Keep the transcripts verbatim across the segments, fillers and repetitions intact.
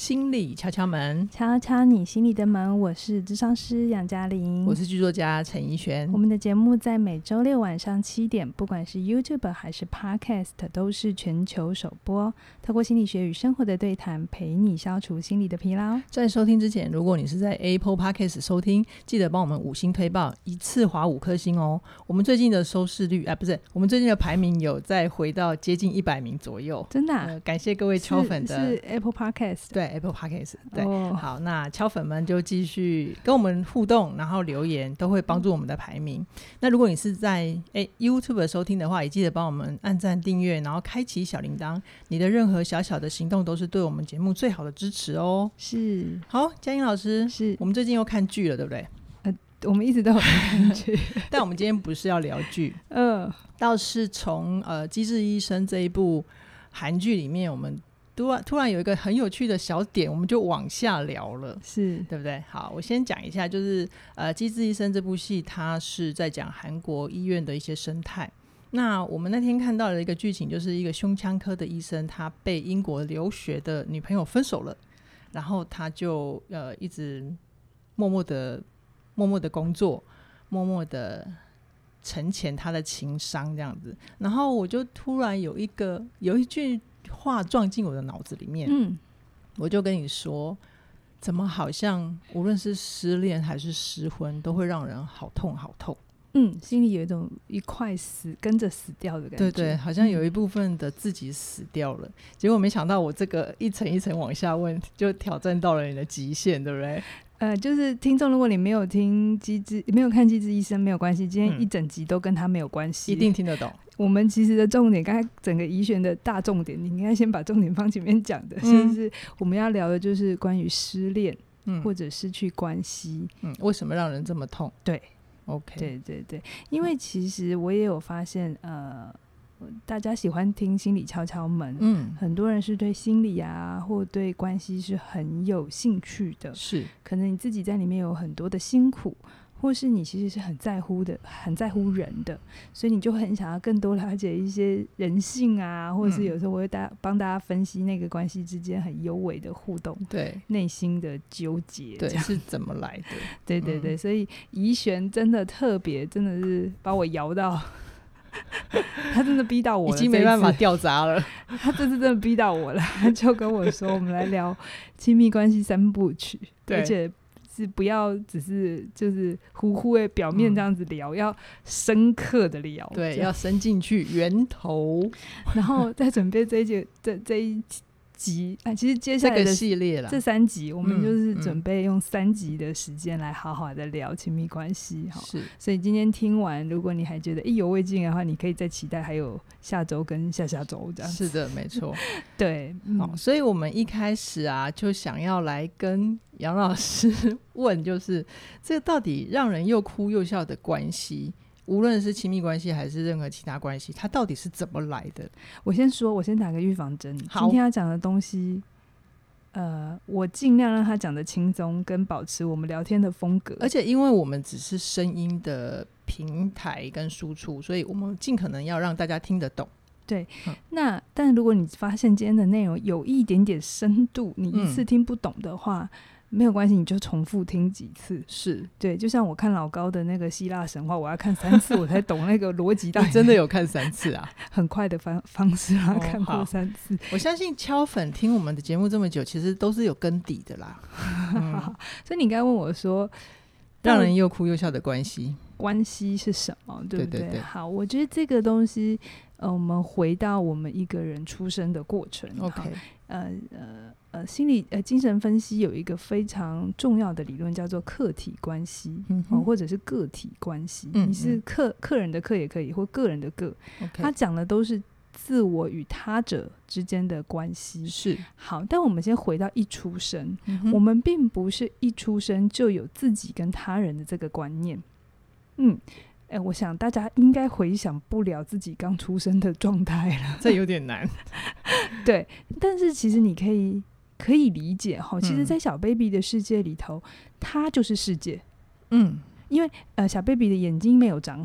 心理敲敲门， 敲敲你心里的门。我是諮商师杨嘉玲， 我是剧作家陈怡璇。 我们的节目在每周六晚上七点，不管是 YouTube 还是 Podcast 都是全球首播，透过心理学与生活的对谈，陪你消除心理的疲劳。 在收听之前，如果你是在 Apple Podcast 收听，记得帮我们五星推报，一次划五颗星哦。我们最近的收视率啊，不是，我们最近的排名有再回到接近一百名左右， 真的、啊呃、感谢各位敲粉的。 是, 是 Apple Podcast， 对 Apple Podcast， 对、 哦、 好，那敲粉们就继续跟我们互动，然后留言都会帮助我们的排名。那如果你是在 YouTube 收听的话，也记得帮我们按赞订阅，然后开启小铃铛，你的任何小小的行动都是对我们节目最好的支持哦。 是， 好，嘉颖老师， 是我们最近又看剧了对不对？ 呃，我们一直都有看剧但我们今天不是要聊剧嗯， 倒是从呃《机智医生》这一部韩剧里面，我们突然突然有一个很有趣的小点，我们就往下聊了， 是对不对？好，我先讲一下，就是呃《机智医生》这部戏，它是在讲韩国医院的一些生态。那我们那天看到的一个剧情，就是一个胸腔科的医生，他被英国留学的女朋友分手了，然后他就呃一直默默的默默的工作，默默的沉潜他的情伤这样子。然后我就突然有一个有一句话撞进我的脑子里面，嗯，我就跟你说，怎么好像无论是失恋还是失婚，都会让人好痛好痛。 嗯，心里有一种一块死跟着死掉的感觉。 对对，好像有一部分的自己死掉了、嗯、结果没想到我这个一层一层往下问，就挑战到了你的极限，对不对？ 呃，就是听众，如果你没有听机智，没有看《机智医生》，没有关系，今天一整集都跟他没有关系、嗯， 一定听得懂。 我们其实的重点，刚才整个怡璇的大重点，你应该先把重点放前面讲的，嗯、就是我们要聊的就是关于失恋、嗯、或者失去关系， 嗯，为什么让人这么痛？ 对 ，OK， 对对对，因为其实我也有发现，呃。大家喜欢听心理敲敲门，嗯，很多人是对心理啊或对关系是很有兴趣的， 是可能你自己在里面有很多的辛苦，或是你其实是很在乎的，很在乎人的，所以你就很想要更多了解一些人性啊，或者是有时候我会大帮大家分析那个关系之间很幽微的互动， 对， 内心的纠结， 对，是怎么来的？ 对对对、嗯，所以怡璇真的特别，真的是把我摇到。他真的逼到我了， 已经没办法掉闸了。 他这次真的逼到我了，他就跟我说：“我们来聊亲密关系三部曲，而且是不要只是就是糊糊的表面这样子聊，嗯、要深刻的聊， 对，要深进去源头。 然后再准备这一集这这一集、啊，其实接下来的这个系列啦， 这三集我们就是准备用三集的时间来好好的聊亲密关系。 是， 所以今天听完，如果你还觉得意犹未尽的话，你可以再期待还有下周跟下下周这样子。 是的，没错。 对、 嗯，好，所以我们一开始啊，就想要来跟杨老师问，就是这个到底让人又哭又笑的关系。无论是亲密关系还是任何其他关系，它到底是怎么来的？ 我先说，我先打个预防针。今天要讲的东西，呃，我尽量让他讲的轻松，跟保持我们聊天的风格。 而且，因为我们只是声音的平台跟输出，所以我们尽可能要让大家听得懂。 对，嗯、那但如果你发现今天的内容有一点点深度，你一次听不懂的话。嗯，没有关系，你就重复听几次。 是，对， 就像我看老高的那个希腊神话，我要看三次我才懂那个逻辑到底。 你真的有看三次啊？很快的方方式啊、哦，看过三次。 我相信敲粉听我们的节目这么久，其实都是有根底的啦。 嗯、所以你刚才问我说， 让人又哭又笑的关系， 关系是什么？对不对？ 对对对， 好，我觉得这个东西，呃，我们回到我们一个人出生的过程。 OK， 呃呃。呃，心理呃精神分析有一个非常重要的理论叫做客体关系、嗯哦、或者是个体关系、嗯、你是客客人的客也可以，或个人的个、okay. 他讲的都是自我与他者之间的关系。 是， 好，但我们先回到一出生、嗯、我们并不是一出生就有自己跟他人的这个观念。嗯欸、我想大家应该回想不了自己刚出生的状态了， 这有点难对，但是其实你可以可以理解，其实在小 baby 的世界里头、嗯、他就是世界。嗯，因为、呃、小 baby 的眼睛没有长好，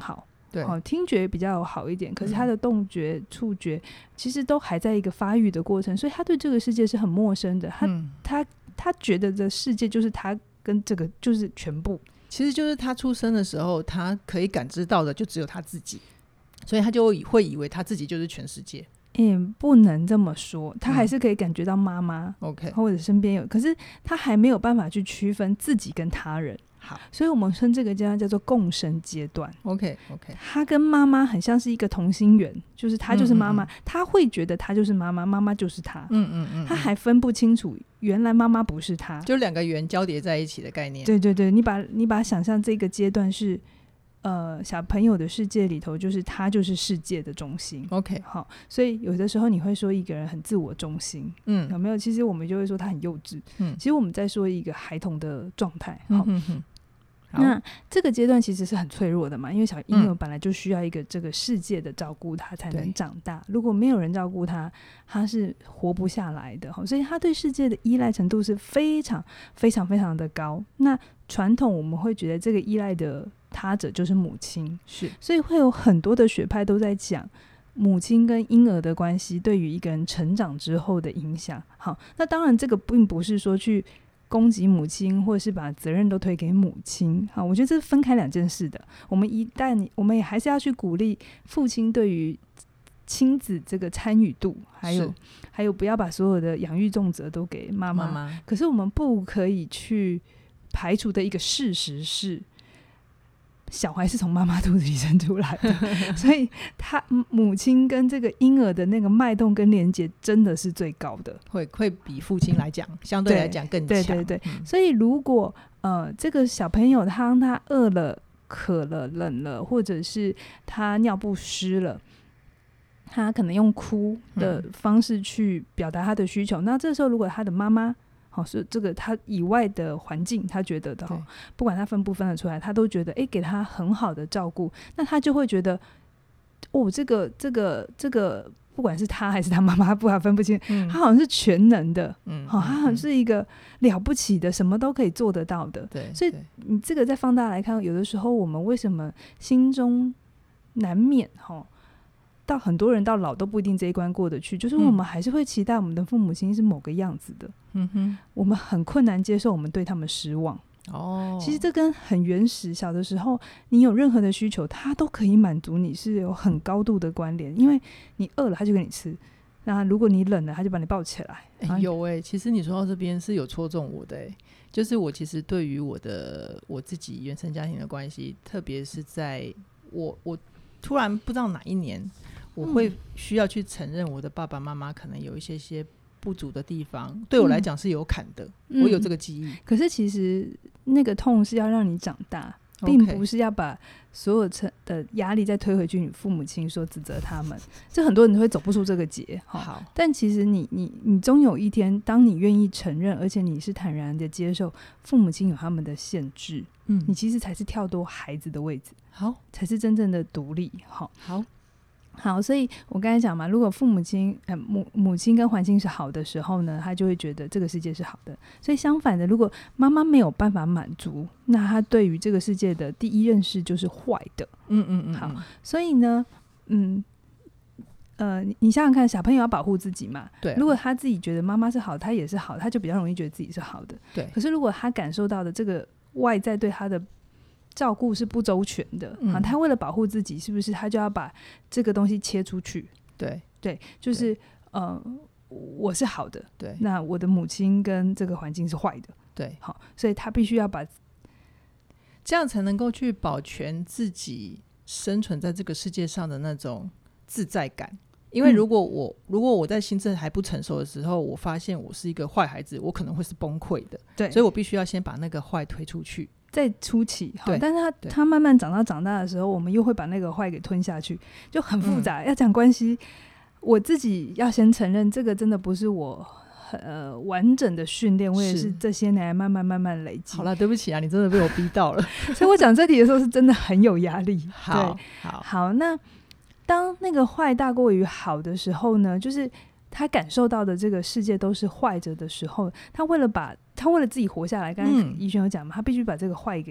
对、 哦，听觉比较好一点，可是他的动觉、嗯、触觉其实都还在一个发育的过程，所以他对这个世界是很陌生的。他、嗯、他他觉得的世界就是他跟这个就是全部， 其实就是他出生的时候，他可以感知到的就只有他自己，所以他就会以为他自己就是全世界。 嗯，不能这么说，他还是可以感觉到妈妈、 嗯、OK， 或者身边有，可是他还没有办法去区分自己跟他人。 好， 所以我们称这个阶段叫做共生阶段。 OK OK， 他跟妈妈很像是一个同心圆，就是他就是妈妈、嗯嗯嗯、他会觉得他就是妈妈，妈妈就是他， 嗯嗯嗯， 他还分不清楚原来妈妈不是他， 就两个圆交叠在一起的概念。 对对对，你把你把它想象这个阶段是呃，小朋友的世界里头，就是他就是世界的中心。 OK， 好，所以有的时候你会说一个人很自我中心，嗯，有没有？其实我们就会说他很幼稚，嗯，其实我们在说一个孩童的状态。好、嗯嗯，那这个阶段其实是很脆弱的嘛，因为小婴儿本来就需要一个这个世界的照顾他才能长大、嗯、如果没有人照顾他，他是活不下来的，所以他对世界的依赖程度是非常非常非常的高。那传统我们会觉得这个依赖的他者就是母亲， 是， 所以会有很多的学派都在讲母亲跟婴儿的关系对于一个人成长之后的影响。好，那当然这个并不是说去攻击母亲或是把责任都推给母亲，好，我觉得这是分开两件事的。我们一旦我们也还是要去鼓励父亲对于亲子这个参与度，还有还有不要把所有的养育重责都给妈妈，妈妈，可是我们不可以去排除的一个事实是小孩是从妈妈肚子里生出来的所以他母亲跟这个婴儿的那个脉动跟连结真的是最高的， 会会比父亲来讲相对来讲更强。 对对对、嗯、所以如果呃这个小朋友他当他饿了、渴了、冷了，或者是他尿不湿了，他可能用哭的方式去表达他的需求、嗯、那这时候如果他的妈妈好，是这个他以外的环境他觉得的，不管他分不分得出来，他都觉得哎，给他很好的照顾，那他就会觉得哦，这个这个这个不管是他还是他妈妈，不管分不清、嗯、他好像是全能的，嗯，好，他好像是一个了不起的，什么都可以做得到的。对，所以你这个再放大来看，有的时候我们为什么心中难免哈？到很多人到老都不一定这一关过得去，就是我们还是会期待我们的父母亲是某个样子的，嗯哼，我们很困难接受我们对他们失望。哦，其实这跟很原始小的时候你有任何的需求他都可以满足你是有很高度的关联，因为你饿了他就给你吃，那如果你冷了他就把你抱起来、 欸、有欸，其实你说到这边是有戳中我的欸，就是我其实对于我的我自己原生家庭的关系，特别是在我我突然不知道哪一年我会需要去承认我的爸爸妈妈可能有一些些不足的地方，对我来讲是有坎的、嗯、我有这个记忆。 可是其实那个痛是要让你长大，并不是要把所有的压力再推回去你父母亲说指责他们，这很多人会走不出这个结。好，但其实你你你终有一天当你愿意承认，而且你是坦然的接受父母亲有他们的限制，嗯，你其实才是跳脱孩子的位置，好，才是真正的独立。好好好，所以我刚才讲嘛，如果父母亲、呃、母, 母亲跟环境是好的时候呢，他就会觉得这个世界是好的。所以相反的，如果妈妈没有办法满足，那他对于这个世界的第一认识就是坏的。嗯嗯嗯。好，所以呢，嗯呃，你想想看，小朋友要保护自己嘛，对、啊。如果他自己觉得妈妈是好，他也是好，他就比较容易觉得自己是好的。对。可是如果他感受到的这个外在对他的照顾是不周全的、嗯啊、他为了保护自己，是不是他就要把这个东西切出去？对对，就是呃，我是好的，对，那我的母亲跟这个环境是坏的，对，好，所以他必须要把这样才能够去保全自己生存在这个世界上的那种自在感。因为如果我、嗯、如果我在心智还不成熟的时候，我发现我是一个坏孩子，我可能会是崩溃的，对，所以我必须要先把那个坏推出去。 在初期，但是他他慢慢长到长大的时候，我们又会把那个坏给吞下去，就很复杂、嗯、要讲关系，我自己要先承认这个真的不是我呃完整的训练，我也是这些年慢慢慢慢累积。 好了，对不起啊，你真的被我逼到了所以我讲这题的时候是真的很有压力。 好好好，那当那个坏大过于好的时候呢，就是他感受到的这个世界都是坏着的时候，他为了把他为了自己活下来，刚才怡璇有讲嘛，他必须把这个坏给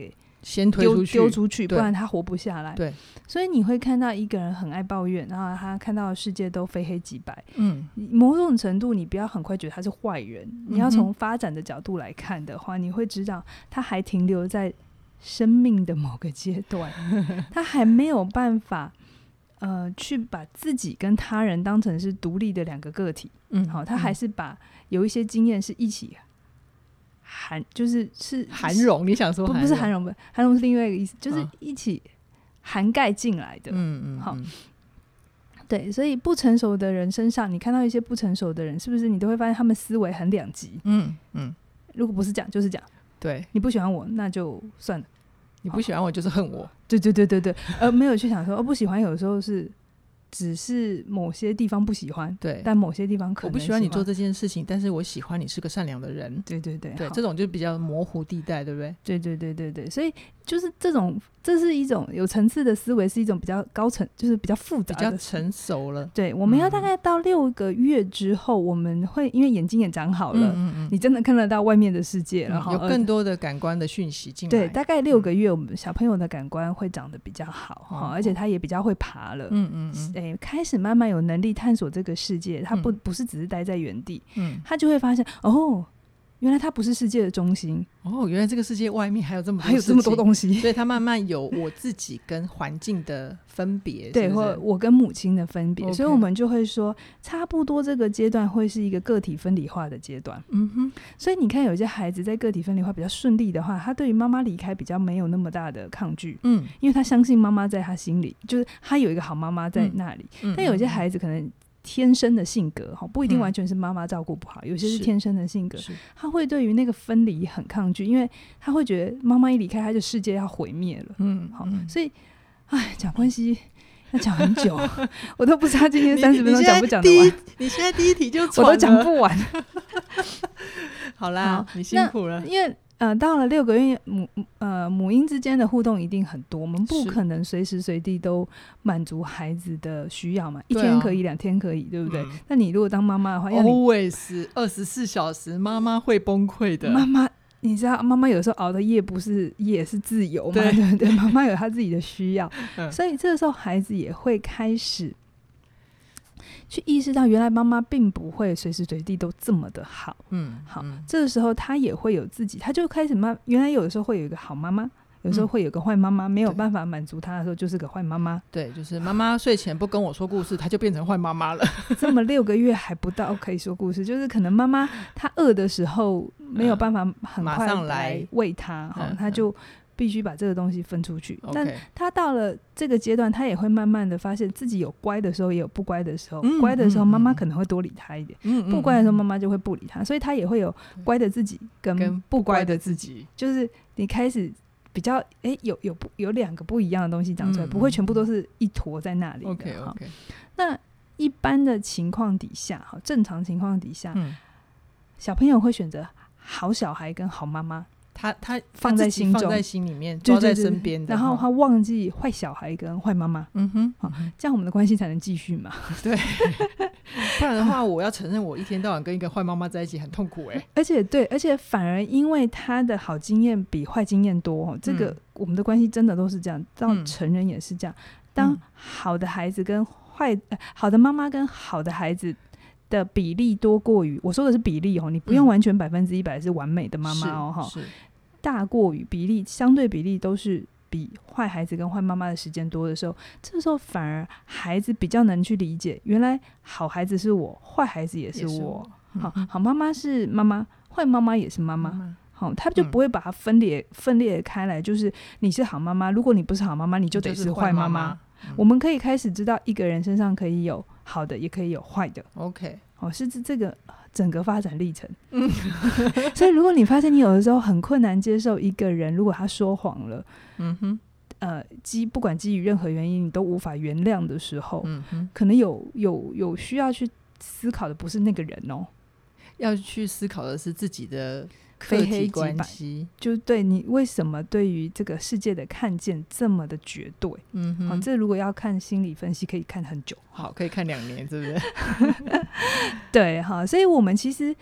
先推出去丢出去，不然他活不下来。 对， 所以你会看到一个人很爱抱怨，然后他看到的世界都非黑即白。 嗯， 某种程度你不要很快觉得他是坏人，你要从发展的角度来看的话，你会知道他还停留在生命的某个阶段，他还没有办法呃，去把自己跟他人当成是独立的两个个体。嗯，好，他还是把有一些经验是一起含，就是是含容。你想说不不是含容，含容是另外一个意思，就是一起涵盖进来的。嗯嗯，好，对，所以不成熟的人身上，你看到一些不成熟的人，是不是你都会发现他们思维很两极？嗯嗯，如果不是讲就是讲， 对， 你不喜欢我那就算了， 你不喜欢我就是恨我。 对对对对对，而没有去想说，哦，不喜欢有的时候是只是某些地方不喜欢， 对， 但某些地方可能我不喜欢你做这件事情，但是我喜欢你是个善良的人。 对对对对，这种就比较模糊地带，对不对？ 对对对对对，所以就是这种，这是一种有层次的思维，是一种比较高层，就是比较复杂的， 比较成熟了。 对，我们要大概到六个月之后，嗯、我们会因为眼睛也长好了，嗯嗯嗯，你真的看得到外面的世界，然后、 嗯、有更多的感官的讯息进来。 对，大概六个月，我们小朋友的感官会长得比较好，嗯、而且他也比较会爬了。嗯嗯嗯，欸、开始慢慢有能力探索这个世界，他不、嗯、不是只是待在原地，嗯，他就会发现哦。原来它不是世界的中心哦，原来这个世界外面还有这么多还有这么多东西， 所以它慢慢有我自己跟环境的分别， 对， 是不是？ 或我跟母亲的分别， okay. 所以我们就会说，差不多这个阶段会是一个个体分离化的阶段。嗯哼，所以你看，有些孩子在个体分离化比较顺利的话，他对于妈妈离开比较没有那么大的抗拒，嗯，因为他相信妈妈在他心里，就是他有一个好妈妈在那里。嗯、但有些孩子可能天生的性格不一定完全是妈妈照顾不好、嗯、有些是天生的性格，他会对于那个分离很抗拒，因为他会觉得妈妈一离开他就世界要毁灭了。嗯，好，所以哎，讲关系要讲很久我都不知道今天三十分钟讲不讲得完。 你现在第一题就我都讲不完好啦，好，你辛苦了。 因为呃，到了六个月，母呃母婴之间的互动一定很多，我们不可能随时随地都满足孩子的需要嘛，一天可以，两天可以，对不对？嗯、那你如果当妈妈的话，要你 always 二十四小时，妈妈会崩溃的。 妈妈，你知道，妈妈有时候熬的夜不是夜是自由嘛，对不对？妈妈有她自己的需要，嗯、所以这个时候孩子也会开始去意识到原来妈妈并不会随时随地都这么的好。嗯，好，嗯、这个时候他也会有自己，他就开始妈，原来有的时候会有一个好妈妈，有时候会有个坏妈妈，嗯、没有办法满足他的时候就是个坏妈妈。 对，就是妈妈睡前不跟我说故事，他就变成坏妈妈了。 这么六个月还不到可以说故事，就是可能妈妈她饿的时候没有办法很快来喂她，嗯、他就必须把这个东西分出去。但他到了这个阶段，他也会慢慢的发现自己有乖的时候也有不乖的时候，嗯、乖的时候妈妈可能会多理他一点，嗯、不乖的时候妈妈就会不理他，所以他也会有乖的自己跟不乖的自己，就是你开始比较诶有有有两个不一样的东西长出来，嗯、不会全部都是一坨在那里的。 OK OK。 那一般的情况底下，正常情况底下，嗯、小朋友会选择好小孩跟好妈妈， 他他放在心中， 放在心里面，抓在身边的， 然后他忘记坏小孩跟坏妈妈。嗯哼，好，这样我们的关系才能继续嘛。 对，不然的话，我要承认我一天到晚跟一个坏妈妈在一起很痛苦哎、欸。 而且对，而且反而因为他的好经验比坏经验多，这个、嗯、我们的关系真的都是这样，到成人也是这样。嗯、当好的孩子跟坏、呃、好的妈妈跟好的孩子的比例多过于，我说的是比例哦，你不用完全百分之一百是完美的妈妈哦，是大过于比例，相对比例都是比坏孩子跟坏妈妈的时间多的时候，这时候反而孩子比较能去理解，原来好孩子是我，坏孩子也是我，是我嗯、好好妈妈是妈妈，坏妈妈也是妈妈。嗯好，他就不会把它分裂、嗯、分裂开来，就是你是好妈妈，如果你不是好妈妈，你就得是坏妈妈。嗯、我们可以开始知道，一个人身上可以有好的，也可以有坏的。 OK， 哦，是这个整个发展历程。嗯、所以，如果你发现你有的时候很困难接受一个人，如果他说谎了，嗯哼，呃，基不管基于任何原因，你都无法原谅的时候，嗯哼，可能有有有需要去思考的不是那个人哦， 要去思考的是自己的。非黑即白， 就对你为什么对于这个世界的看见这么的绝对。嗯哼，好，这如果要看心理分析可以看很久， 好，可以看两年，是不是？ 对，好，所以我们其实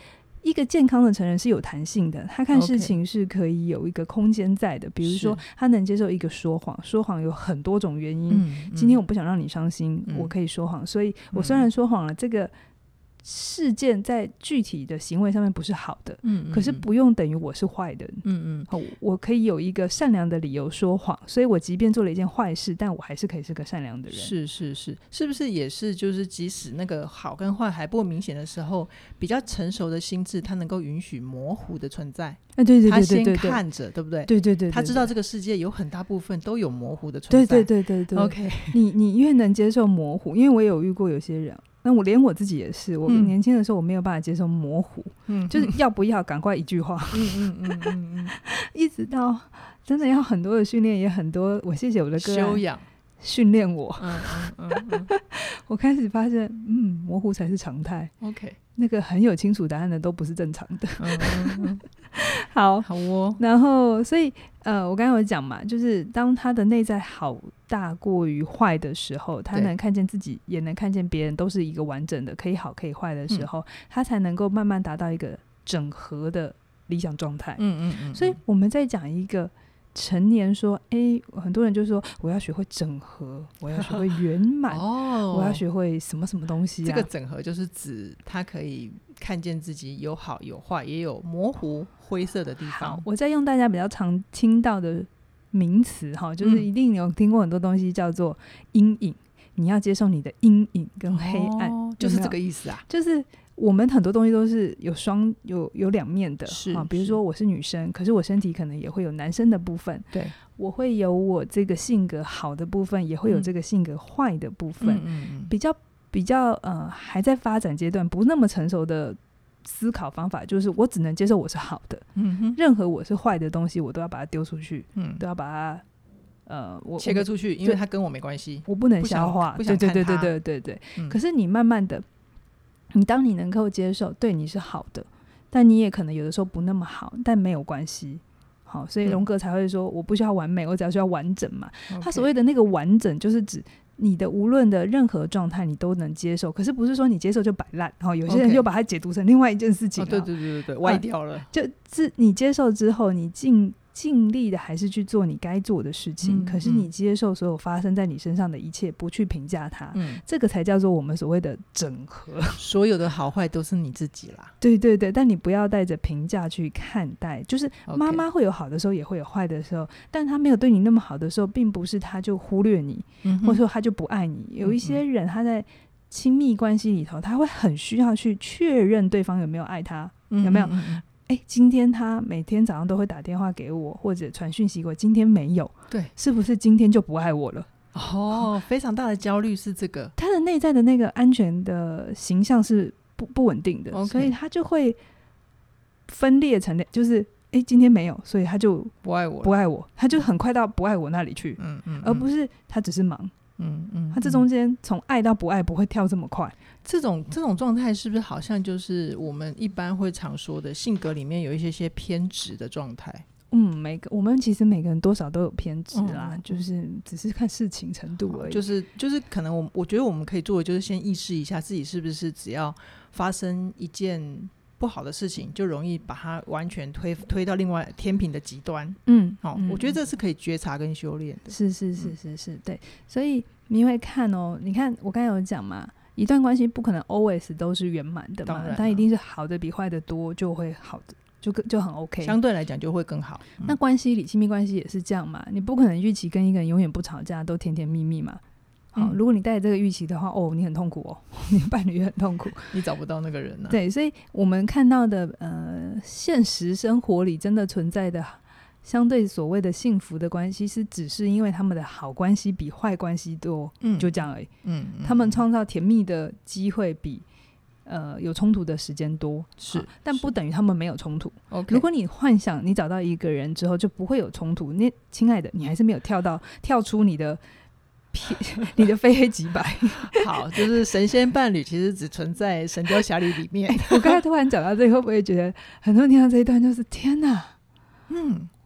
一个健康的成人是有弹性的，他看事情是可以有一个空间在的， okay. 比如说他能接受一个说谎，说谎有很多种原因、嗯嗯、今天我不想让你伤心、嗯、我可以说谎，所以我虽然说谎了、嗯、这个事件在具体的行为上面不是好的，嗯嗯嗯，可是不用等于我是坏的，嗯嗯，我可以有一个善良的理由说谎，所以我即便做了一件坏事，但我还是可以是个善良的人。 是是是，是不是也是就是即使那个好跟坏还不明显的时候，比较成熟的心智它能够允许模糊的存在、 啊、对对对对对，他先看着，对不对？ 对对 对, 对, 对, 对， 他知道这个世界有很大部分都有模糊的存在。 对对对对对 OK， 你你越能接受模糊，因为我也有遇过有些人，那我连我自己也是，我年轻的时候我没有办法接受模糊、嗯、就是要不要赶快一句话，嗯嗯嗯嗯嗯，一直到真的要很多的训练，也很多，我谢谢我的个案修养训练我， 嗯嗯嗯嗯我开始发现嗯，模糊才是常态。 OK， 那个很有清楚答案的都不是正常的。嗯嗯嗯好好哦， 然后所以呃，我刚才有讲嘛，就是当他的内在好大过于坏的时候，他能看见自己也能看见别人都是一个完整的，可以好可以坏的时候、嗯、他才能够慢慢达到一个整合的理想状态。嗯嗯 嗯, 嗯，所以我们在讲一个成年说，哎，很多人就说我要学会整合，我要学会圆满、哦、我要学会什么什么东西、啊、 这个整合就是指他可以看见自己有好有坏，也有模糊灰色的地方。 我在用大家比较常听到的名词，就是一定有听过很多东西叫做阴影、嗯、你要接受你的阴影跟黑暗、哦、 就是这个意思啊。 就是我们很多东西都是有双有有两面的，是、啊、比如说我是女生，可是我身体可能也会有男生的部分，对，我会有我这个性格好的部分，也会有这个性格坏的部分、嗯嗯、比较比较呃还在发展阶段不那么成熟的思考方法就是我只能接受我是好的、嗯、哼，任何我是坏的东西我都要把它丢出去、嗯、都要把它呃，我切割出去，因为它跟我没关系， 我不能消化， 不想看它， 对对对对对对、嗯、可是你慢慢的你当你能够接受对你是好的，但你也可能有的时候不那么好，但没有关系。好，所以荣格才会说、嗯、我不需要完美，我只要需要完整嘛、okay. 他所谓的那个完整就是指你的无论的任何状态你都能接受，可是不是说你接受就摆烂、哦、有些人就把它解读成另外一件事情、 okay. 哦、对对对对对，歪掉了、啊、 就是你接受之后你尽尽力的还是去做你该做的事情、嗯、可是你接受所有发生在你身上的一切，不去评价它、嗯、这个才叫做我们所谓的整合。 所有的好坏都是你自己啦， 对对对，但你不要带着评价去看待，就是妈妈会有好的时候也会有坏的时候、okay. 但她没有对你那么好的时候并不是她就忽略你、嗯、或者说她就不爱你。有一些人他在亲密关系里头他会很需要去确认对方有没有爱他、嗯、有没有哎，今天他每天早上都会打电话给我或者传讯息给我，今天没有，对，是不是今天就不爱我了？ 哦，非常大的焦虑是这个， 他的内在的那个安全的形象是不不稳定的、okay. 所以他就会分裂成就是哎，今天没有，所以他就不爱我， 不爱我，他就很快到不爱我那里去，嗯嗯，而不是他只是忙，嗯嗯，他这中间从爱到不爱不会跳这么快。 这种这种状态是不是好像就是我们一般会常说的性格里面有一些些偏执的状态？ 嗯，每个我们其实每个人多少都有偏执啦、嗯、就是只是看事情程度而已。 就是就是可能我我觉得我们可以做的就是先意识一下自己是不是只要发生一件不好的事情就容易把它完全推推到另外天平的极端。嗯，好、哦嗯，我觉得这是可以觉察跟修炼的。 是是是是是，对。所以你会看哦，你看我刚才有讲嘛，一段关系不可能 always 都是圆满的嘛，它一定是好的比坏的多，就会好的就就很 OK， 相对来讲就会更好、 嗯、那关系里亲密关系也是这样嘛，你不可能预期跟一个人永远不吵架都甜甜蜜蜜嘛。好、嗯，如果你带着这个预期的话，哦，你很痛苦哦，你的伴侣也很痛苦， 你找不到那个人啊。 对，所以我们看到的呃，现实生活里真的存在的相对所谓的幸福的关系，是只是因为他们的好关系比坏关系多，嗯，就这样而已。嗯，嗯他们创造甜蜜的机会比呃有冲突的时间多，是、啊，但不等于他们没有冲突。如果你幻想你找到一个人之后就不会有冲突，你亲爱的，你还是没有跳到跳出你的你的非黑即白。 好，就是神仙伴侣其实只存在神雕侠侣里面、欸、 我刚才突然讲到这里，会不会觉得很多人听到这一段就是天哪，嗯，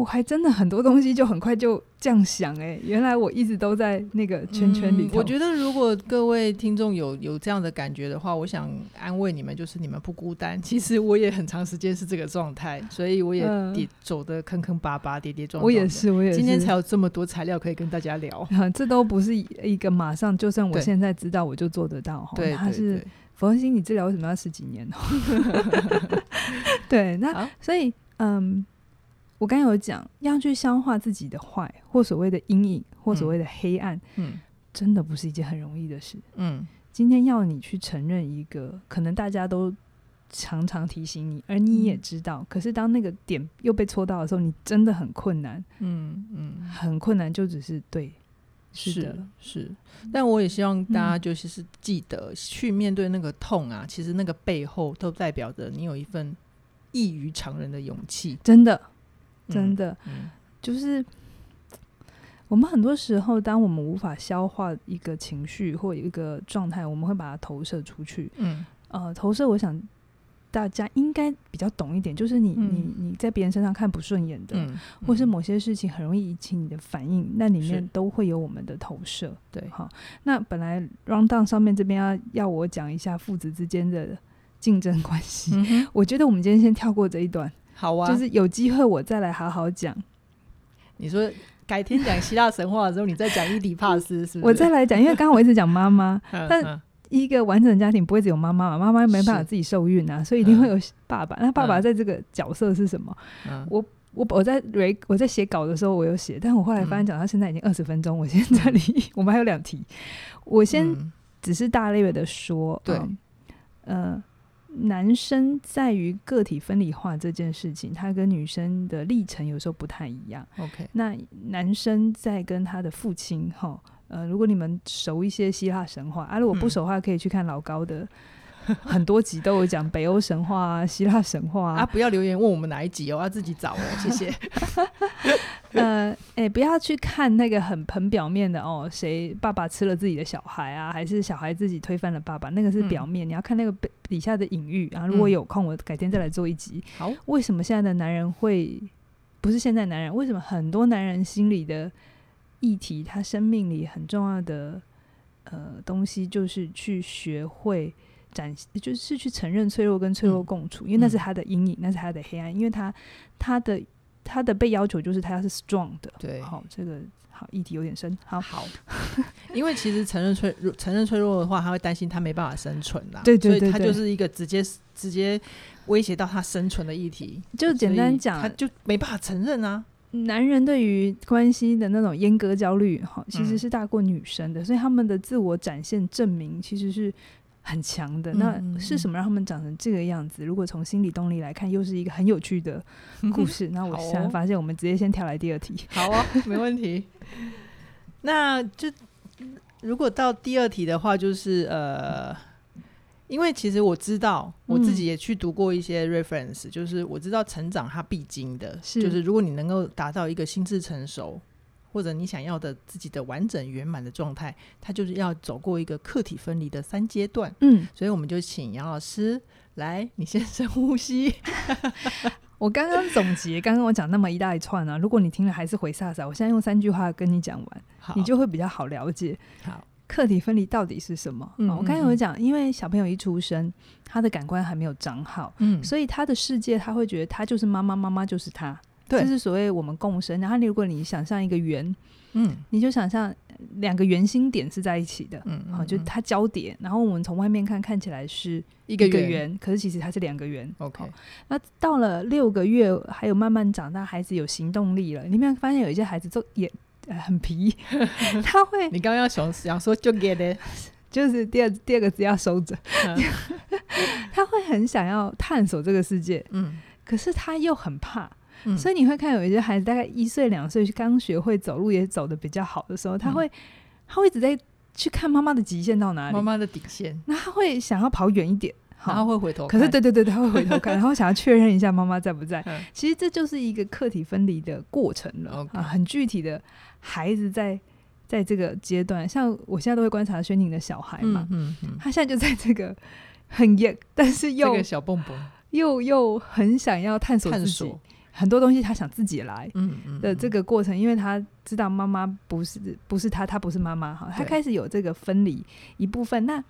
我还真的很多东西就很快就这样想，哎、欸，原来我一直都在那个圈圈里头、 嗯、我觉得如果各位听众有有这样的感觉的话，我想安慰你们，就是你们不孤单，其实我也很长时间是这个状态，所以我也跌、嗯、走得坑坑巴巴跌跌撞撞的， 我也是我也是， 今天才有这么多材料可以跟大家聊、 啊、这都不是一个马上就算我现在知道我就做得到， 对， 它是佛心理治疗为什么要十几年对，那所以嗯我刚才有讲要去消化自己的坏或所谓的阴影或所谓的黑暗、嗯、真的不是一件很容易的事。嗯，今天要你去承认一个可能大家都常常提醒你而你也知道、嗯、可是当那个点又被戳到的时候你真的很困难。嗯嗯，很困难，就只是对是的是, 是但我也希望大家就是记得、嗯、去面对那个痛啊，其实那个背后都代表着你有一份异于常人的勇气。 真的真的、嗯嗯、就是我们很多时候当我们无法消化一个情绪或一个状态，我们会把它投射出去。嗯，呃，投射我想大家应该比较懂一点，就是你、嗯、你你在别人身上看不顺眼的、嗯、或是某些事情很容易引起你的反应，那里面都会有我们的投射。对，好，那本来 round down 上面这边要要我讲一下父子之间的竞争关系、嗯、我觉得我们今天先跳过这一段。好啊，就是有机会我再来好好讲。 你说改天讲希腊神话的时候你再讲伊底帕斯是不是？ 我再来讲，因为刚刚我一直讲妈妈但一个完整的家庭不会只有妈妈嘛，妈妈没办法自己受孕啊，所以一定会有爸爸、嗯、那爸爸在这个角色是什么、嗯、我我我在我在写稿的时候我有写，但我后来发现讲到现在已经二十分钟、嗯、我先这里我们还有两题，我先只是大略的说、嗯、对、嗯、呃男生在于个体分离化这件事情，他跟女生的历程有时候不太一样。OK， 那男生在跟他的父亲，呃，如果你们熟一些希腊神话啊，如果不熟的话，可以去看老高的。很多集都有讲北欧神话啊、希腊神话 啊, 啊不要留言问我们哪一集哦，要自己找哦，谢谢。 呃，哎、欸，不要去看那个很很表面的哦，谁爸爸吃了自己的小孩啊，还是小孩自己推翻了爸爸，那个是表面、嗯、你要看那个底下的隐喻啊。如果有空我改天再来做一集、嗯、好，为什么现在的男人会不是现在男人，为什么很多男人心里的议题，他生命里很重要的呃东西就是去学会展就是去承认脆弱跟脆弱共处、嗯、因为那是他的阴影、嗯、那是他的黑暗，因为他他的他的被要求就是他要是 strong 的。对，好，这个好议题有点深。好好因为其实承认脆弱承认脆弱的话，他会担心他没办法生存啦。 对对对对，所以他就是一个直接直接威胁到他生存的议题。 就简单讲， 他就没办法承认啊。 男人对于关系的那种阉割焦虑其实是大过女生的、嗯、所以他们的自我展现证明其实是很强的。那是什么让他们长成这个样子？如果从心理动力来看，又是一个很有趣的故事。那我现在发现我们直接先跳来第二题。 好啊，没问题。那就如果到第二题的话，就是呃因为其实我知道我自己也去读过一些 reference、嗯、就是我知道成长它必经的，是就是如果你能够达到一个心智成熟或者你想要的自己的完整圆满的状态，它就是要走过一个客体分离的三阶段。嗯，所以我们就请杨老师来，你先深呼吸。 我刚刚总结刚刚我讲那么一大一串啊，如果你听了还是回煞煞，我现在用三句话跟你讲完，你就会比较好了解好客体分离到底是什么。嗯嗯嗯，我刚才有讲，因为小朋友一出生他的感官还没有长好、嗯、所以他的世界他会觉得他就是妈妈，妈妈就是他，这是所谓我们共生。然后如果你想象一个圆，嗯，你就想象两个圆心点是在一起的，嗯嗯嗯，就它交叠，然后我们从外面看看起来是一个圆，可是其实它是两个圆。OK， 那到了六个月还有慢慢长大，孩子有行动力了，你有没有发现有一些孩子都也、呃、很皮他会你刚刚要想说就 get it， 就是第二第二个字要收着、嗯、他会很想要探索这个世界，嗯，可是他又很怕。嗯、所以你会看有一些孩子大概一岁两岁刚学会走路也走得比较好的时候，他会、嗯、他会一直在去看妈妈的极限到哪里， 妈妈的底线， 那他会想要跑远一点， 然后会回头看， 可是对对对他会回头看然后想要确认一下妈妈在不在、嗯、其实这就是一个客体分离的过程了、okay. 啊、很具体的孩子在在这个阶段，像我现在都会观察轩宁的小孩嘛，嗯嗯嗯，他现在就在这个很野但是又、 这个小蹦蹦又又很想要探索自己， 很多东西他想自己来的这个过程，因为他知道妈妈不是不是他，他不是妈妈哈，他开始有这个分离一部分。那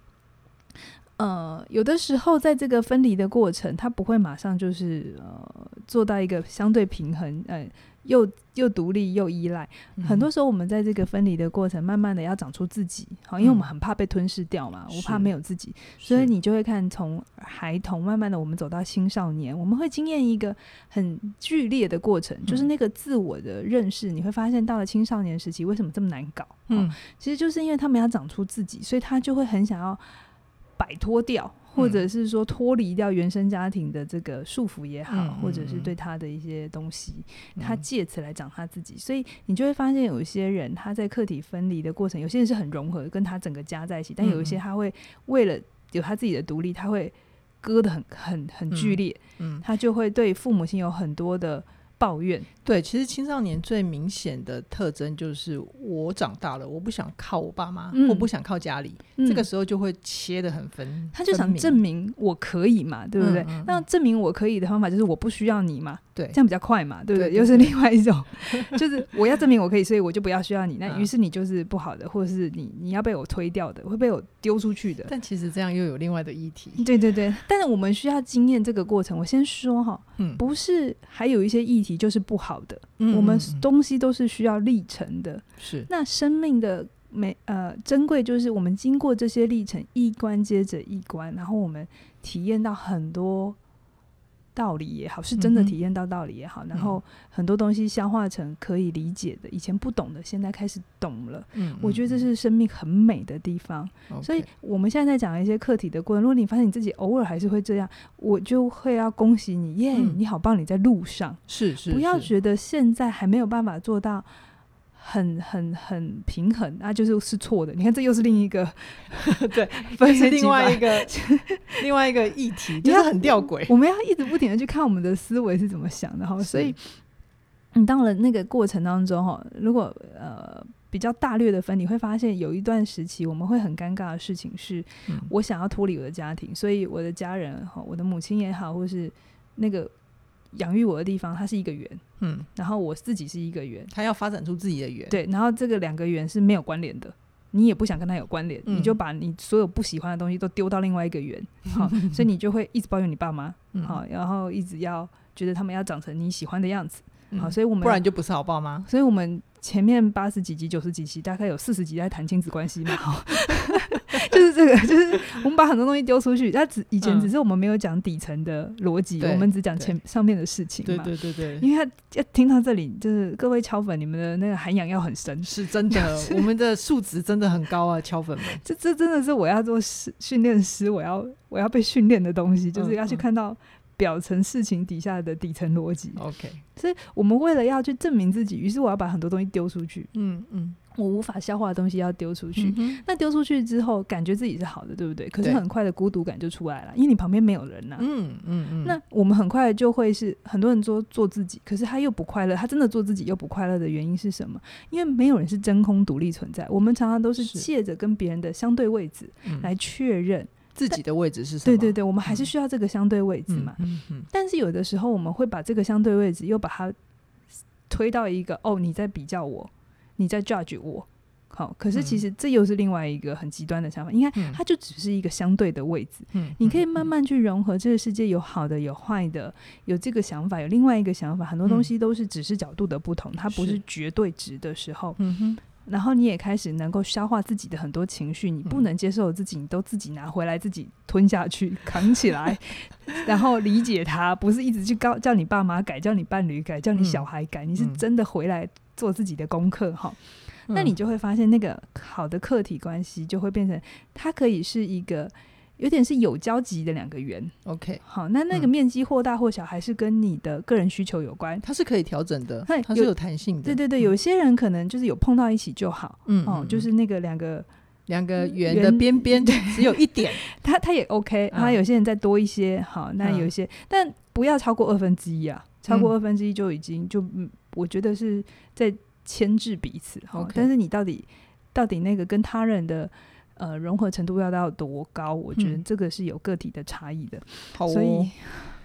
呃，有的时候在这个分离的过程，他不会马上就是呃做到一个相对平衡，呃，又又独立又依赖、嗯。很多时候我们在这个分离的过程，慢慢的要长出自己，好，因为我们很怕被吞噬掉嘛，嗯、我怕没有自己，所以你就会看从孩童慢慢的我们走到青少年，我们会经验一个很剧烈的过程，嗯、就是那个自我的认识，你会发现到了青少年时期为什么这么难搞？嗯，其实就是因为他们要长出自己，所以他就会很想要摆脱掉，或者是说脱离掉原生家庭的这个束缚也好、嗯、或者是对他的一些东西、嗯、他借此来长他自己。所以你就会发现有一些人他在客体分离的过程，有些人是很融合跟他整个家在一起，但有一些他会为了有他自己的独立，他会割得很很很剧烈、嗯嗯、他就会对父母亲有很多的抱怨。 对，其实青少年最明显的特征就是我长大了，我不想靠我爸妈、嗯、我不想靠家里、嗯、这个时候就会切得很分， 他就想证明我可以嘛，对不对、嗯嗯、那证明我可以的方法就是我不需要你嘛，对，这样比较快嘛，对不对？对对对，又是另外一种就是我要证明我可以，所以我就不要需要你，那于是你就是不好的，或者是你你要被我推掉的，会被我丢出去的。 但其实这样又有另外的议题。 对对对，但是我们需要经验这个过程。我先说哈、嗯，不是还有一些议题就是不好的，嗯嗯嗯，我们东西都是需要历程的。是，那生命的美呃珍贵就是我们经过这些历程，一关接着一关，然后我们体验到很多道理也好，是真的体验到道理也好、嗯、然后很多东西消化成可以理解的，以前不懂的现在开始懂了。嗯，我觉得这是生命很美的地方、嗯、所以我们现在在讲一些课题的过程，如果你发现你自己偶尔还是会这样，我就会要恭喜你耶、嗯、你好棒，你在路上。是是是，不要觉得现在还没有办法做到很很很平衡啊，就是是错的。你看这又是另一个对，分是另外一个另外一个议题，就是很吊诡。 我们要一直不停的去看我们的思维是怎么想的哈。所以你到了那个过程当中哈，如果呃比较大略的分，你会发现有一段时期我们会很尴尬的事情是、嗯、我想要脱离我的家庭，所以我的家人哈，我的母亲也好，或是那个养育我的地方，它是一个圆，嗯，然后我自己是一个圆， 他要发展出自己的圆， 对，然后这个两个圆是没有关联的，你也不想跟他有关联、嗯，你就把你所有不喜欢的东西都丢到另外一个圆，好，所以你就会一直抱怨你爸妈，好、嗯，然后一直要觉得他们要长成你喜欢的样子，好，所以我们不然就不是好爸妈， 所以我们前面八十几集、九十几集，大概有四十集在谈亲子关系嘛，就是这个，就是我们把很多东西丢出去。它只以前只是我们没有讲底层的逻辑、嗯，我们只讲前上面的事情嘛。 对对对对。 因为他要听到这里，就是各位敲粉，你们的那个涵养要很深， 是真的，我们的素质真的很高啊，敲粉们。 这这真的是我要做训练师，我要我要被训练的东西，就是要去看到表层事情底下的底层逻辑。OK， 所以我们为了要去证明自己，于是我要把很多东西丢出去。嗯嗯。我无法消化的东西要丢出去、嗯、那丢出去之后感觉自己是好的，对不对？可是很快的孤独感就出来了，因为你旁边没有人啊。嗯嗯嗯。那我们很快就会是很多人说做自己，可是他又不快乐，他真的做自己又不快乐的原因是什么？因为没有人是真空独立存在，我们常常都是借着跟别人的相对位置来确认、嗯、 自己的位置是什么。 对对对，我们还是需要这个相对位置嘛、嗯嗯嗯、但是有的时候我们会把这个相对位置又把它推到一个哦你在比较我，你在 judge 我，好，可是其实这又是另外一个很极端的想法。你看、嗯、它就只是一个相对的位置、嗯、你可以慢慢去融合这个世界，有好的有坏的，有这个想法有另外一个想法，很多东西都是只是角度的不同、嗯、它不是绝对值的时候，然后你也开始能够消化自己的很多情绪，你不能接受自己你都自己拿回来自己吞下去扛起来然后理解它，不是一直去告叫你爸妈改，叫你伴侣改，叫你小孩改、嗯、你是真的回来做自己的功课哈、嗯，那你就会发现那个好的客体关系就会变成它可以是一个有点是有交集的两个圆。 OK， 好，那那个面积或大或小还是跟你的个人需求有关， 它是可以调整的，它是有弹性的。 对对对、嗯、有些人可能就是有碰到一起就好，嗯，哦、就是那个两个两个圆的边边只有一点它它也 OK， 它、嗯、有些人再多一些，好，那有一些、嗯、但不要超过二分之一啊，超过二分之一就已经就、嗯、我觉得是在牵制彼此、okay. 但是你到底到底那个跟他人的呃融合程度要到多高，我觉得这个是有个体的差异的、嗯、所以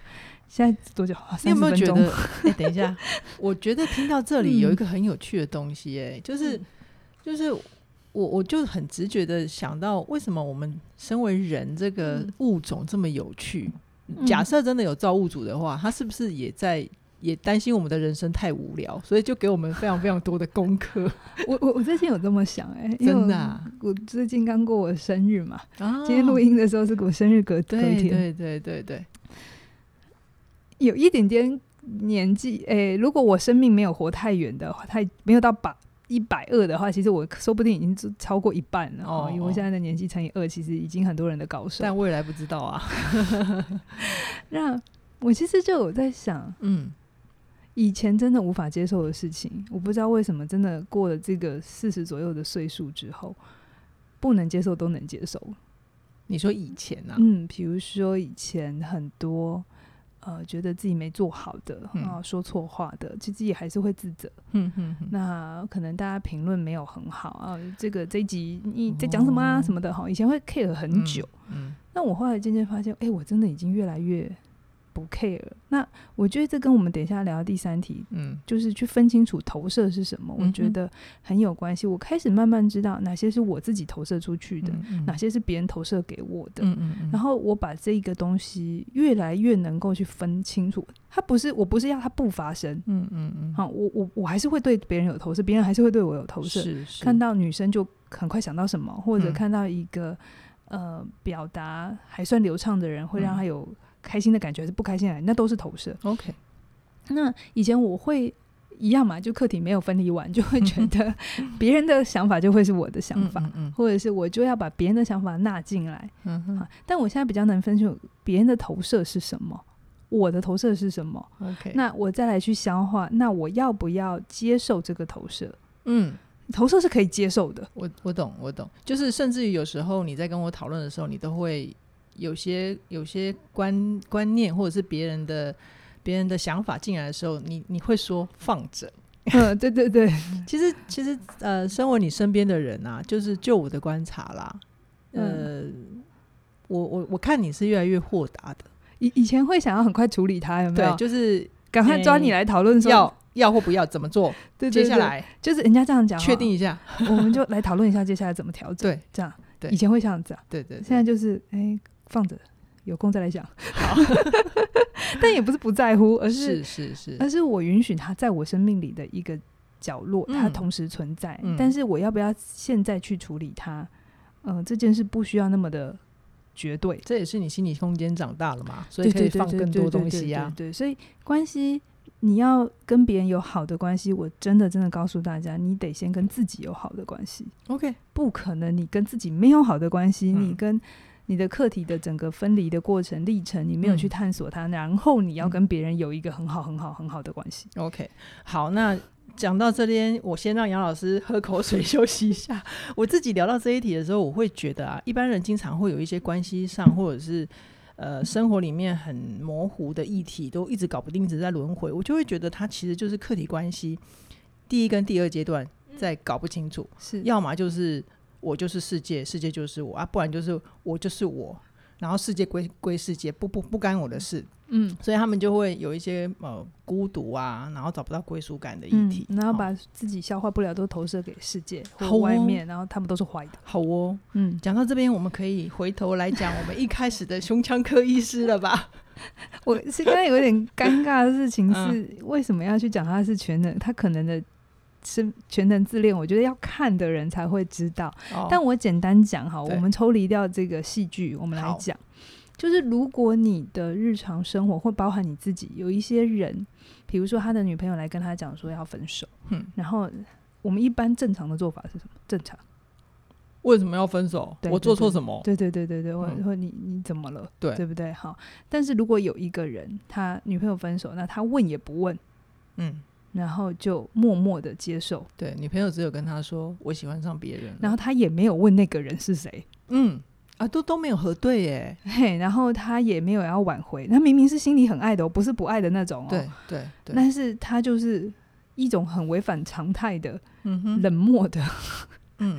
现在多久？ 你有没有觉得？哎、欸，等一下，我觉得听到这里有一个很有趣的东西、欸，哎、嗯，就是就是我我就很直觉的想到，为什么我们身为人这个物种这么有趣？嗯、假设真的有造物主的话，他是不是也在也担心我们的人生太无聊，所以就给我们非常非常多的功课？ 我我我最近有这么想、欸，哎， 真的、啊我，我最近刚过我生日嘛， 哦、 今天录音的时候是我生日隔隔一天， 对对对对对。 有一点点年纪，诶、欸，如果我生命没有活太远的话，太没有到百一百二的话，其实我说不定已经超过一半了。哦，因为我现在的年纪乘以二，其实已经很多人的高手。 但未来不知道啊。 那我其实就有在想， 嗯， 以前真的无法接受的事情，我不知道为什么，真的过了这个四十左右的岁数之后，不能接受都能接受。 你说以前啊？ 嗯，比如说以前很多。呃，觉得自己没做好的，嗯、啊，说错话的，其实也还是会自责。嗯嗯嗯、那可能大家评论没有很好啊，这个这一集你在讲什麼啊、哦、什麼的哈，以前会 care 很久。嗯，那、嗯、我後來漸漸發現，哎、欸，我真的已經越來越不 care 了。那我覺得這跟我們等一下聊的第三題，嗯，就是去分清楚投射是什麼，嗯、我覺得很有關係。我開始慢慢知道哪些是我自己投射出去的，嗯嗯、哪些是別人投射給我的，嗯嗯嗯、然後我把這個東西越來越能夠去分清楚。它不是，我不是要它不發生，嗯嗯嗯，好，我我我還是會對別人有投射，別人還是會對我有投射。是是，看到女生就很快想到什麼，或者看到一個、嗯、呃表達還算流暢的人，會讓他有開心的感覺還是不開心的感覺，那都是投射。 OK， 那以前我會一樣嘛，就課題沒有分離完，就會覺得別人的想法就會是我的想法，嗯嗯嗯，或者是我就要把別人的想法納進來，嗯哼，但我現在比較能分清楚別人的投射是什麼，我的投射是什麼， OK， 那我再來去消化，那我要不要接受這個投射？嗯，投射是可以接受的。 我我懂我懂，就是甚至於有時候你在跟我討論的時候，你都會有些有些 觀, 觀念或者是別人的別人的想法進來的時候，你你會說放着。 嗯，對對對， 其實其實呃，身為你身邊的人啊，就是就我的觀察啦，呃，嗯、我我我看你是越來越豁達的。 以以前會想要很快處理它，有沒有？ 對，就是趕快抓你來討論說、欸、要要或不要怎麼做。對對對，接下來就是人家這樣講， 確定一下， 我們就來討論一下接下來怎麼調整。對，這樣。對，以前會這樣子啊。對對對，現在就是哎、欸，放着，有空再來講。好，但也不是不在乎，而是是是是，而是我允許它在我生命裡的一個角落，嗯、它同時存在、嗯。但是我要不要現在去處理它？嗯、呃，這件事不需要那麼的。絕對， 這也是你心理空間長大了嘛，所以可以放更多東西啊。 對，所以關係你要跟別人有好的關係，我真的真的告訴大家，你得先跟自己有好的關係。OK， 不可能你跟自己沒有好的關係、嗯，你跟你的課題的整個分離的過程歷程，你沒有去探索它、嗯，然後你要跟別人有一個很好很好很好的關係。 OK， 好，那講到這邊，我先讓楊老師喝口水休息一下。我自己聊到這一題的時候，我會覺得啊，一般人經常會有一些關係上或者是呃生活裡面很模糊的議題，都一直搞不定，一直在輪迴。我就會覺得它其實就是課題關係第一跟第二階段在搞不清楚，是要麼就是我就是世界，世界就是我啊，不然就是我就是我，然後世界歸歸世界，不不不干我的事。嗯，所以他們就會有一些呃孤獨啊，然後找不到歸屬感的議題、 嗯、然後把自己消化不了都投射給世界或外面、哦、然後他們都是壞的。 好哦，嗯，講到這邊我們可以回頭來講我們一開始的胸腔科醫師了吧。 我是剛才有點尷尬的事情是為什麼要去講他是全能，他可能的是全能自戀，我覺得要看的人才會知道、哦、但我簡單講哈，我們抽離掉這個戲劇，我們來講，就是如果你的日常生活或包含你自己，有一些人比如說他的女朋友來跟他講說要分手、嗯、然後我們一般正常的做法是什麼？正常為什麼要分手？對對對，我做錯什麼？ 對對對對對，或者你你怎麼了？對，對不對？好，但是如果有一個人他女朋友分手，那他問也不問，嗯，然後就默默的接受。 對，女朋友只有跟他說我喜歡上別人， 然後他也沒有問那個人是誰， 嗯啊，都都沒有核對耶， 嘿，然後他也沒有要挽回，他明明是心裡很愛的、哦、不是不愛的那種、哦、 對對對， 但是他就是一種很違反常態的、嗯、冷漠的嗯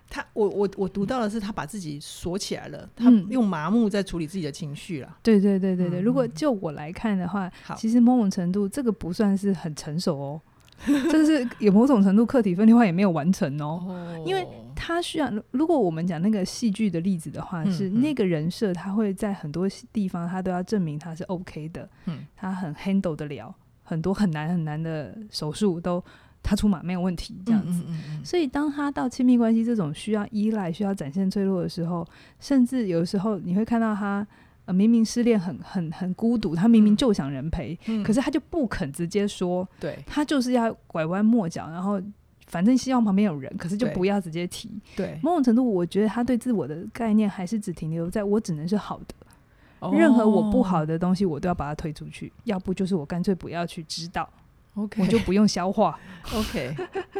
他我我我读到的是他把自己锁起来了，他用麻木在处理自己的情绪啦、 嗯、对对对对对、嗯、如果就我来看的话，其实某种程度这个不算是很成熟哦这是有某种程度课题分离化也没有完成 哦, 哦因为他需要，如果我们讲那个戏剧的例子的话、嗯、是那个人设他会在很多地方他都要证明他是 OK 的、嗯、他很 handle 得了很多很难很难的手术都他出马没有问题这样子、嗯嗯嗯、所以当他到亲密关系这种需要依赖需要展现脆弱的时候，甚至有时候你会看到他呃、明明失恋很很很孤独，他明明就想人陪、嗯、可是他就不肯直接说，对，他就是要拐弯抹角，然后反正希望旁边有人，可是就不要直接提。对，某种程度我觉得他对自我的概念还是只停留在我只能是好的、哦、任何我不好的东西我都要把它推出去，要不就是我干脆不要去知道、okay. 我就不用消化OK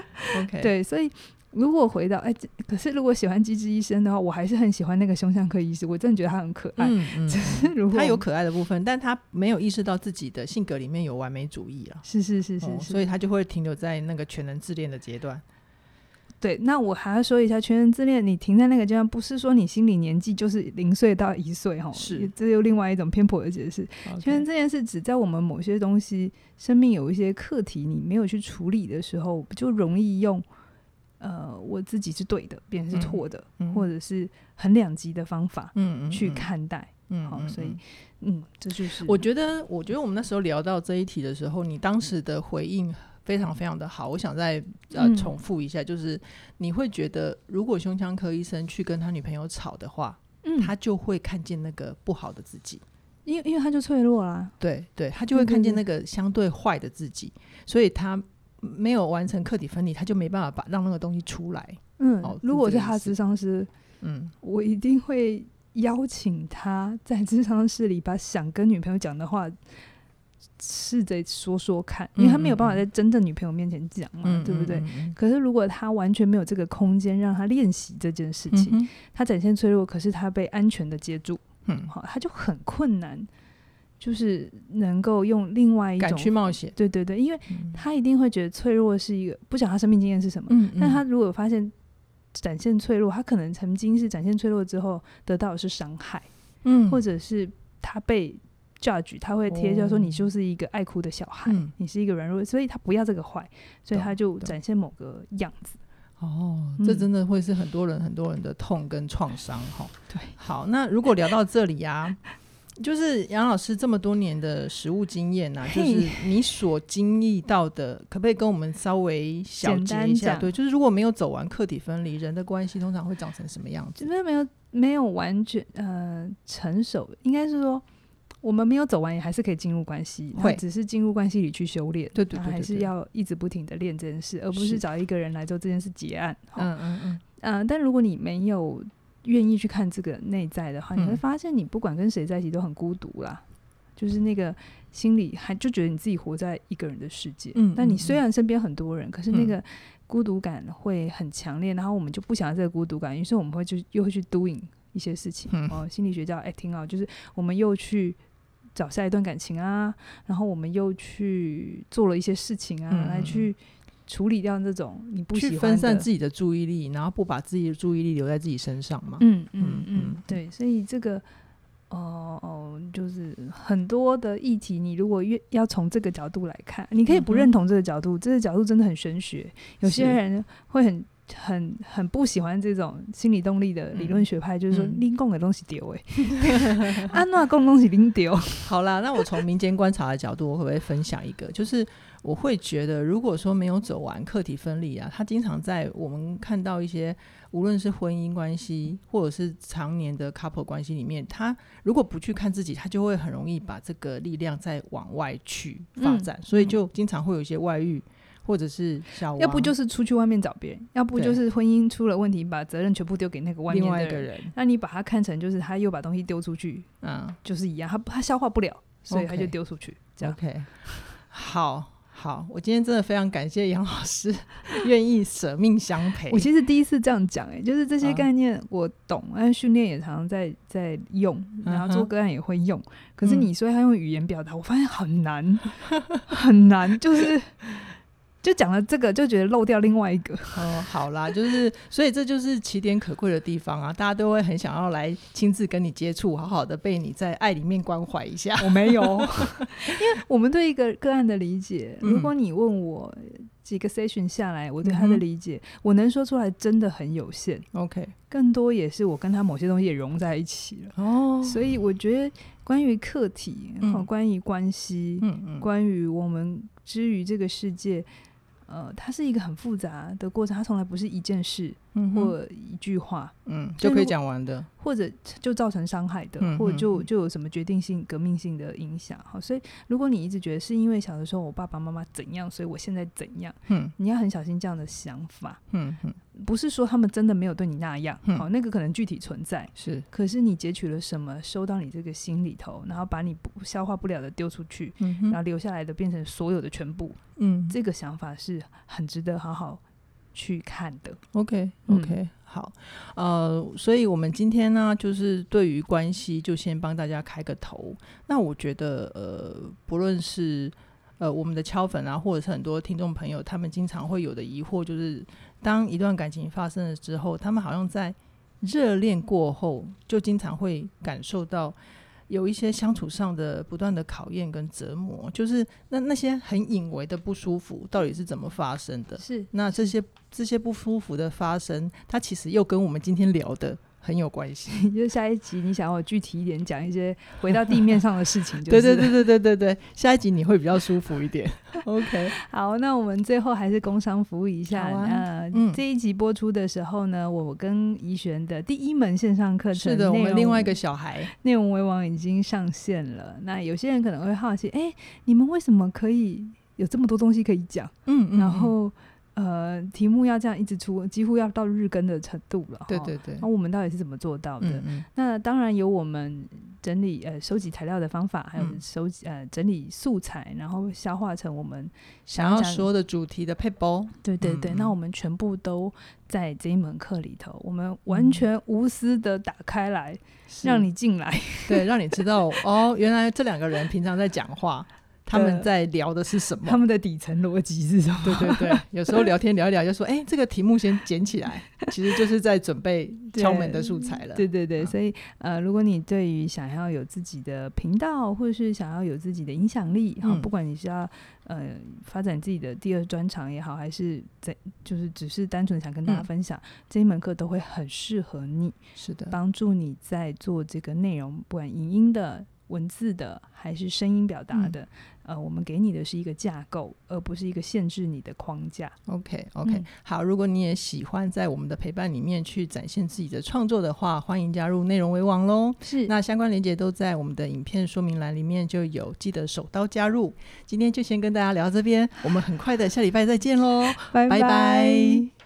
OK 对，所以如果回到哎，可是如果喜欢机智医生的话，我还是很喜欢那个胸腔科医师，我真的觉得他很可爱。嗯嗯，只是如果他有可爱的部分，但他没有意识到自己的性格里面有完美主义啊。 是是是 是, 是、哦， 所以他就会停留在那个全能自恋的阶段。 对，那我还要说一下，全能自恋你停在那个阶段，不是说你心理年纪就是零岁到一岁哈，是这又另外一种偏颇的解释。Okay. 全能自恋是指在我们某些东西生命有一些课题你没有去处理的时候，就容易用呃，我自己是对的，别人是错的、嗯，或者是很两极的方法去看待。嗯，好、嗯，所以，嗯，这就是我觉得，我觉得我们那时候聊到这一题的时候，你当时的回应非常非常的好。我想再呃重复一下、嗯，就是你会觉得，如果胸腔科医生去跟他女朋友吵的话，嗯，他就会看见那个不好的自己， 因为因为他就脆弱啦， 对对，他就会看见那个相对坏的自己，对对对，所以他没有完成课题分离，他就没办法把让那个东西出来。嗯， 哦、如果是他咨商师，嗯，我一定会邀请他在咨商室里把想跟女朋友讲的话试着说说看，因为他没有办法在真正女朋友面前讲嘛、嗯、对不对、嗯嗯嗯、可是如果他完全没有这个空间让他练习这件事情、嗯、他展现脆弱，可是他被安全的接住、嗯、他就很困难就是能够用另外一种敢去冒险。 对对对，因为他一定会觉得脆弱是一个，不讲他生命经验是什么、嗯嗯、但他如果发现展现脆弱，他可能曾经是展现脆弱之后得到的是伤害、嗯、或者是他被 judge， 他会贴叫说你就是一个爱哭的小孩、哦、你是一个软弱，所以他不要这个坏，所以他就展现某个样子。 哦，这真的会是很多人很多人的痛跟创伤。对，好，那如果聊到这里啊就是杨老师这么多年的实务经验啊，就是你所经历到的，可不可以跟我们稍微小结一下？对，就是如果没有走完课题分离，人的关系通常会长成什么样子？ 就是没有没有完全呃成熟，应该是说我们没有走完也还是可以进入关系，会只是进入关系里去修炼。对对 对, 对, 对，还是要一直不停的练这件事，而不是找一个人来做这件事结案。嗯嗯嗯。呃，但如果你没有愿意去看这个内在的话、嗯、你会发现你不管跟谁在一起都很孤独啦，就是那个心里还就觉得你自己活在一个人的世界。嗯，但你虽然身边很多人、嗯、可是那个孤独感会很强烈，然后我们就不想要这个孤独感，于是我们会就又会去 doing 一些事情、嗯哦、心理学叫 acting out， 就是我们又去找下一段感情啊，然后我们又去做了一些事情啊、嗯、来去处理掉这种你不喜欢的，去分散自己的注意力，然后不把自己的注意力留在自己身上嘛。 嗯嗯嗯，对，所以这个哦哦，就是很多的议题，你如果越要从这个角度来看，你可以不认同这个角度、嗯、这个角度真的很玄学，有些人会很很很不喜欢这种心理动力的理论学派、嗯、就是说你讲的东西对的啊那讲东西你对。 好啦，那我从民间观察的角度我会不会分享一个，就是我会觉得如果说没有走完课题分离啊，他经常在我们看到一些无论是婚姻关系或者是常年的 couple 关系里面，他如果不去看自己，他就会很容易把这个力量再往外去发展、嗯、所以就经常会有一些外遇或者是小王， 要不就是出去外面找别人，要不就是婚姻出了问题把责任全部丢给那个外面的人，另外一个人，那你把他看成就是他又把东西丢出去、嗯、就是一样， 他, 他消化不了，所以他就丢出去、okay. 这样 OK 好好，我今天真的非常感谢杨老师愿意舍命相陪。 我其实第一次这样讲、欸、就是这些概念我懂，但训练也常常在在用，然后做个案也会用、嗯、可是你说他用语言表达、嗯、我发现很难很难，就是就就讲了这个就觉得漏掉另外一个。 哦，好啦，就是所以这就是起点可贵的地方啊，大家都会很想要来亲自跟你接触，好好的被你在爱里面关怀一下。 我没有因为我们对一个个案的理解，如果你问我几个 session 下来我对他的理解、嗯、我能说出来真的很有限。 OK， 更多也是我跟他某些东西也融在一起了。哦，所以我觉得关于课题、嗯、关于关系、嗯嗯、关于我们之于这个世界，呃，它是一个很复杂的过程，它从来不是一件事、嗯、或一句话嗯就可以讲完的， 或者就造成伤害的、嗯、或者就就有什么决定性革命性的影响。好，所以如果你一直觉得是因为小的时候我爸爸妈妈怎样所以我现在怎样、嗯、你要很小心这样的想法。嗯嗯，不是说他们真的没有对你那样、嗯、好，那个可能具体存在是， 可是你截取了什么收到你这个心里头，然后把你不消化不了的丢出去、嗯、然后留下来的变成所有的全部。嗯，这个想法是很值得好好去看的。 OK OK、嗯、好，呃，所以我们今天呢就是对于关系就先帮大家开个头。那我觉得呃，不论是呃我们的敲粉啊，或者是很多听众朋友他们经常会有的疑惑，就是当一段感情发生了之后，他们好像在热恋过后就经常会感受到有一些相处上的不断的考验跟折磨，就是那那些很隐微的不舒服到底是怎么发生的？是，那这些这些不舒服的发生，它其实又跟我们今天聊的很有关系。 就是下一集你想要具体一点讲一些回到地面上的事情、就是、 对对对对对对对，下一集你会比较舒服一点。OK， 好，那我们最后还是工商服务一下、啊呃嗯、这一集播出的时候呢，我跟怡璇的第一门线上课程， 是的，我们另外一个小孩内容为王已经上线了。那有些人可能会好奇，哎，你们为什么可以有这么多东西可以讲？嗯嗯，然后呃，题目要这样一直出，几乎要到日更的程度了。 对对对， 那我们到底是怎么做到的？嗯嗯，那当然有我们整理呃收集材料的方法，还有收集、嗯、呃整理素材，然后消化成我们想要说的主题的配包。 对对对、嗯，那我们全部都在这一门课里头，我们完全无私的打开来，嗯、让你进来， 对，让你知道哦，原来这两个人平常在讲话。他们在聊的是什么？ 他们的底层逻辑是什么？ 对对对，有时候聊天聊一聊就说，哎、欸，这个题目先捡起来，其实就是在准备敲门的素材了。 对对对，所以呃，如果你对于想要有自己的频道，或者是想要有自己的影响力，嗯、不管你是要呃发展自己的第二专长也好，还是在就是只是单纯想跟大家分享，嗯、这一门课都会很适合你。是的，帮助你在做这个内容，不管影音的、文字的还是声音表达的、嗯呃，我们给你的是一个架构，而不是一个限制你的框架。 OK OK、嗯、好，如果你也喜欢在我们的陪伴里面去展现自己的创作的话，欢迎加入内容为王咯。是，那相关连结都在我们的影片说明栏里面就有，记得手刀加入。今天就先跟大家聊这边，我们很快的下礼拜再见咯。拜拜。